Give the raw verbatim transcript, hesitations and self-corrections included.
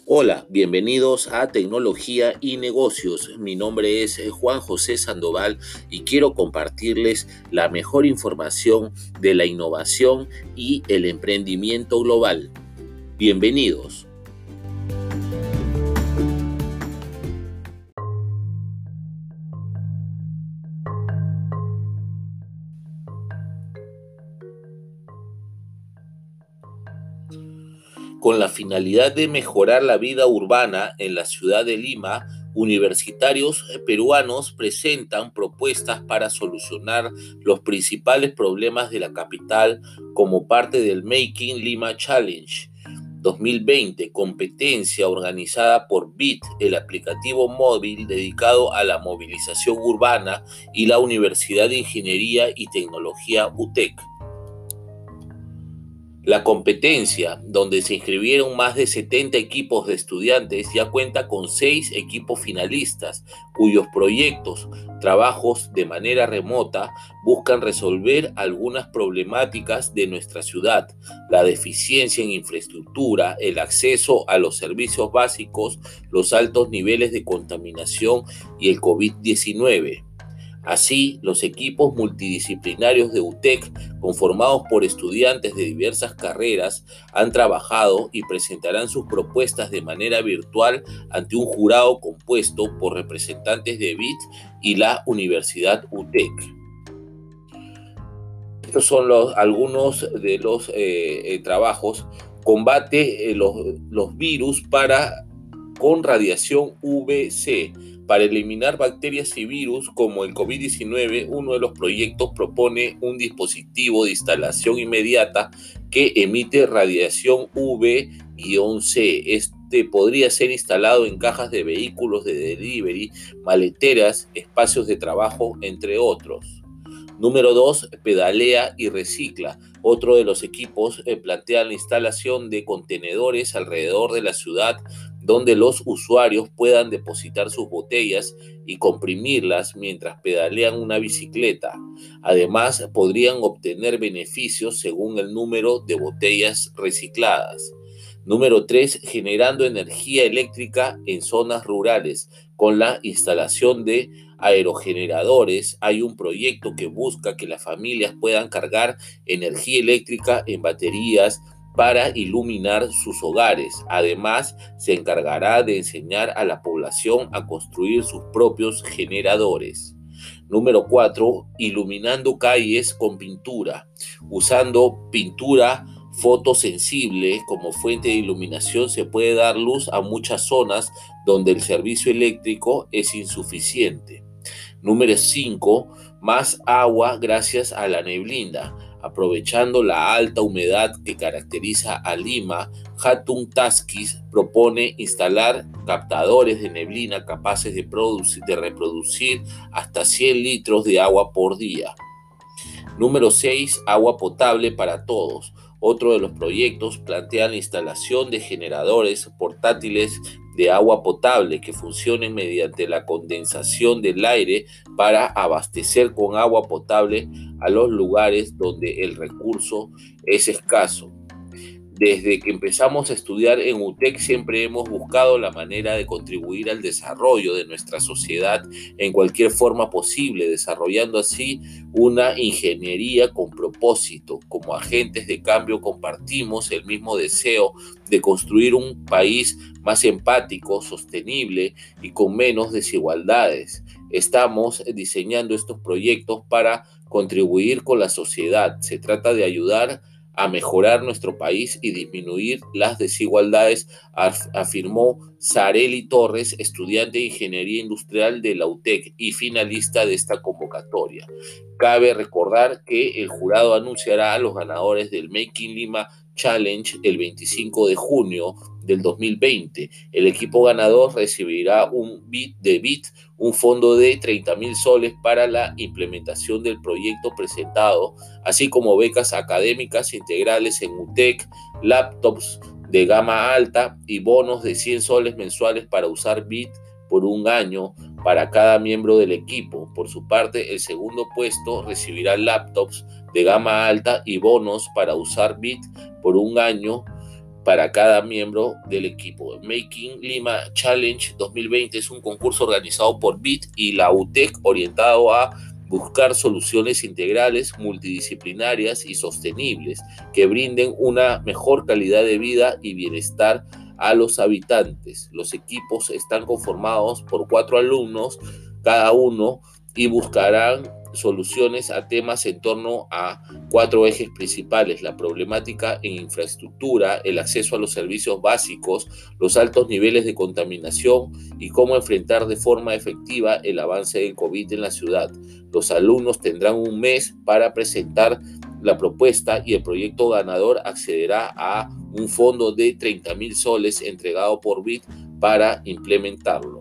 Hola, bienvenidos a Tecnología y Negocios. Mi nombre es eh, Juan José Sandoval y quiero compartirles la mejor información de la innovación y el emprendimiento global. Bienvenidos. Con la finalidad de mejorar la vida urbana en la ciudad de Lima, universitarios peruanos presentan propuestas para solucionar los principales problemas de la capital como parte del Making Lima Challenge dos mil veinte, competencia organizada por Bit, el aplicativo móvil dedicado a la movilización urbana, y la Universidad de Ingeniería y Tecnología U T E C. La competencia, donde se inscribieron más de setenta equipos de estudiantes, ya cuenta con seis equipos finalistas, cuyos proyectos, trabajos de manera remota, buscan resolver algunas problemáticas de nuestra ciudad: la deficiencia en infraestructura, el acceso a los servicios básicos, los altos niveles de contaminación y el COVID diecinueve. Así, los equipos multidisciplinarios de U T E C, conformados por estudiantes de diversas carreras, han trabajado y presentarán sus propuestas de manera virtual ante un jurado compuesto por representantes de Bit y la Universidad U T E C. Estos son los, algunos de los eh, eh, trabajos. Combate eh, los, los virus para, con radiación U V C. Para eliminar bacterias y virus como el COVID diecinueve, uno de los proyectos propone un dispositivo de instalación inmediata que emite radiación U V C. Este podría ser instalado en cajas de vehículos de delivery, maleteras, espacios de trabajo, entre otros. Número dos, pedalea y recicla. Otro de los equipos eh, plantea la instalación de contenedores alrededor de la ciudad donde los usuarios puedan depositar sus botellas y comprimirlas mientras pedalean una bicicleta. Además, podrían obtener beneficios según el número de botellas recicladas. Número tres, generando energía eléctrica en zonas rurales. Con la instalación de aerogeneradores, hay un proyecto que busca que las familias puedan cargar energía eléctrica en baterías para iluminar sus hogares. Además, se encargará de enseñar a la población a construir sus propios generadores. Número cuatro, iluminando calles con pintura. Usando pintura fotosensible como fuente de iluminación, se puede dar luz a muchas zonas donde el servicio eléctrico es insuficiente. Número cinco, más agua gracias a la neblina. Aprovechando la alta humedad que caracteriza a Lima, Hatun Taskis propone instalar captadores de neblina capaces de, producir, de reproducir hasta cien litros de agua por día. Número seis, agua potable para todos. Otro de los proyectos plantea la instalación de generadores portátiles de agua potable que funcionen mediante la condensación del aire para abastecer con agua potable a los lugares donde el recurso es escaso. Desde que empezamos a estudiar en U T E C siempre hemos buscado la manera de contribuir al desarrollo de nuestra sociedad en cualquier forma posible, desarrollando así una ingeniería con propósito. Como agentes de cambio compartimos el mismo deseo de construir un país más empático, sostenible y con menos desigualdades. Estamos diseñando estos proyectos para contribuir con la sociedad. Se trata de ayudar a mejorar nuestro país y disminuir las desigualdades, afirmó Sareli Torres, estudiante de Ingeniería Industrial de la U T E C y finalista de esta convocatoria. Cabe recordar que el jurado anunciará a los ganadores del Making Lima Challenge el veinticinco de junio del dos mil veinte. El equipo ganador recibirá un bit de Bit, un fondo de treinta mil soles para la implementación del proyecto presentado, así como becas académicas integrales en U T E C, laptops de gama alta y bonos de cien soles mensuales para usar Bit por un año para cada miembro del equipo. Por su parte, el segundo puesto recibirá laptops de gama alta y bonos para usar Bit por un año para cada miembro del equipo. Making Lima Challenge dos mil veinte es un concurso organizado por B I T y la U T E C orientado a buscar soluciones integrales, multidisciplinarias y sostenibles que brinden una mejor calidad de vida y bienestar a los habitantes. Los equipos están conformados por cuatro alumnos cada uno y buscarán soluciones a temas en torno a cuatro ejes principales: la problemática en infraestructura, el acceso a los servicios básicos, los altos niveles de contaminación y cómo enfrentar de forma efectiva el avance del COVID en la ciudad. Los alumnos tendrán un mes para presentar la propuesta y el proyecto ganador accederá a un fondo de treinta mil soles entregado por B I T para implementarlo.